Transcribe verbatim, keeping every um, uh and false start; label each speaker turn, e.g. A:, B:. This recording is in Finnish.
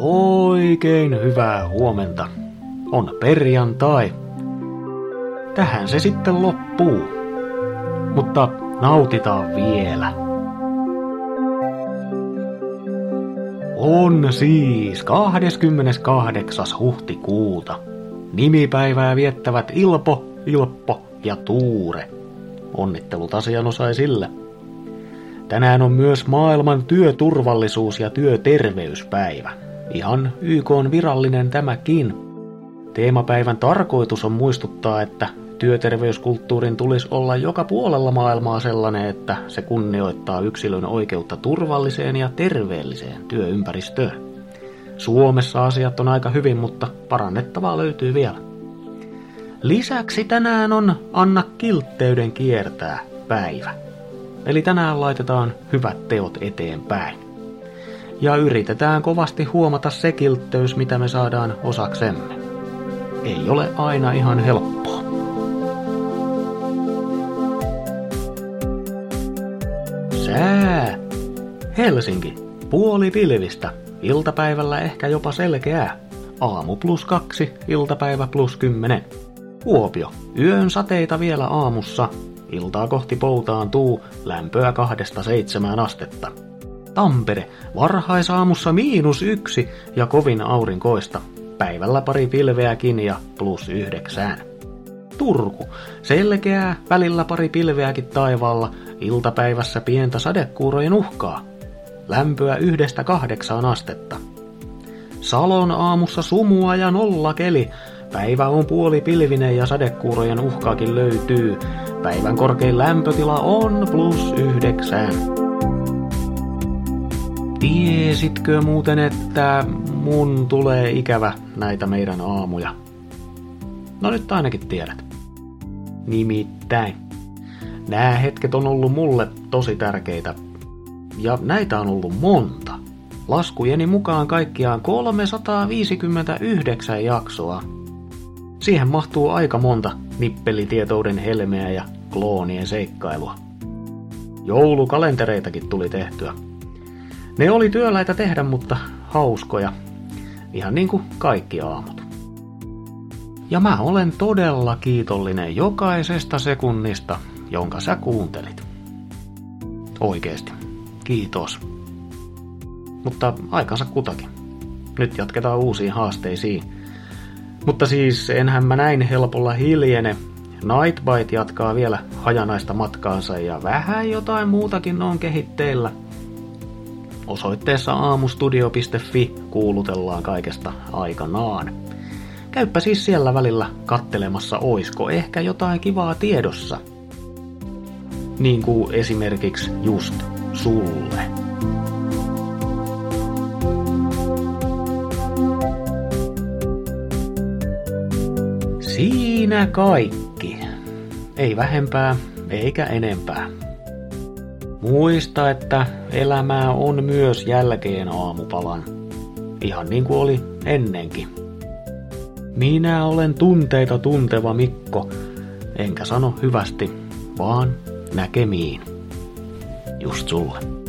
A: Oikein hyvää huomenta. On perjantai. Tähän se sitten loppuu. Mutta nautitaan vielä. On siis kahdeskymmeneskahdeksas huhtikuuta. Nimipäivää viettävät Ilpo, Ilppo ja Tuure. Onnittelut asianosaisille. Tänään on myös maailman työturvallisuus- ja työterveyspäivä. Ihan Y K:n virallinen tämäkin. Teemapäivän tarkoitus on muistuttaa, että työterveyskulttuurin tulisi olla joka puolella maailmaa sellainen, että se kunnioittaa yksilön oikeutta turvalliseen ja terveelliseen työympäristöön. Suomessa asiat on aika hyvin, mutta parannettavaa löytyy vielä. Lisäksi tänään on Anna kiltteyden kiertää päivä. Eli tänään laitetaan hyvät teot eteenpäin. Ja yritetään kovasti huomata se kiltteys, mitä me saadaan osaksemme. Ei ole aina ihan helppoa. Sää. Helsinki. Puoli pilvistä. Iltapäivällä ehkä jopa selkeää. Aamu plus kaksi, iltapäivä plus kymmenen. Kuopio. Yön sateita vielä aamussa. Iltaa kohti poutaantuu, lämpöä kahdesta seitsemään astetta. Tampere. Varhaisaamussa miinus yksi ja kovin aurinkoista. Päivällä pari pilveäkin ja plus yhdeksään. Turku. Selkeää, välillä pari pilveäkin taivaalla, iltapäivässä pientä sadekuurojen uhkaa. Lämpöä yhdestä kahdeksaan astetta. Salon aamussa sumua ja nollakeli. Päivä on puoli pilvinen ja sadekuurojen uhkaakin löytyy. Päivän korkein lämpötila on plus yhdeksään. Tiesitkö muuten, että mun tulee ikävä näitä meidän aamuja? No nyt ainakin tiedät. Nimittäin. Nää hetket on ollut mulle tosi tärkeitä. Ja näitä on ollut monta. Laskujeni mukaan kaikkiaan kolmesataaviisikymmentäyhdeksän jaksoa. Siihen mahtuu aika monta nippelitietouden helmeä ja kloonien seikkailua. Joulukalentereitakin tuli tehtyä. Ne oli työläitä tehdä, mutta hauskoja. Ihan niin kuin kaikki aamut. Ja mä olen todella kiitollinen jokaisesta sekunnista, jonka sä kuuntelit. Oikeesti. Kiitos. Mutta aikansa kutakin. Nyt jatketaan uusiin haasteisiin. Mutta siis enhän mä näin helpolla hiljene. Nightbite jatkaa vielä hajanaista matkaansa ja vähän jotain muutakin on kehitteillä. Osoitteessa aamustudio piste fi kuulutellaan kaikesta aikanaan. Käyppä siis siellä välillä kattelemassa, oisko ehkä jotain kivaa tiedossa. Niin kuin esimerkiksi just sulle. Siinä kaikki. Ei vähempää eikä enempää. Muista, että elämää on myös jälkeen aamupalan. Ihan niin kuin oli ennenkin. Minä olen tunteita tunteva Mikko. Enkä sano hyvästi, vaan näkemiin. Just sulle.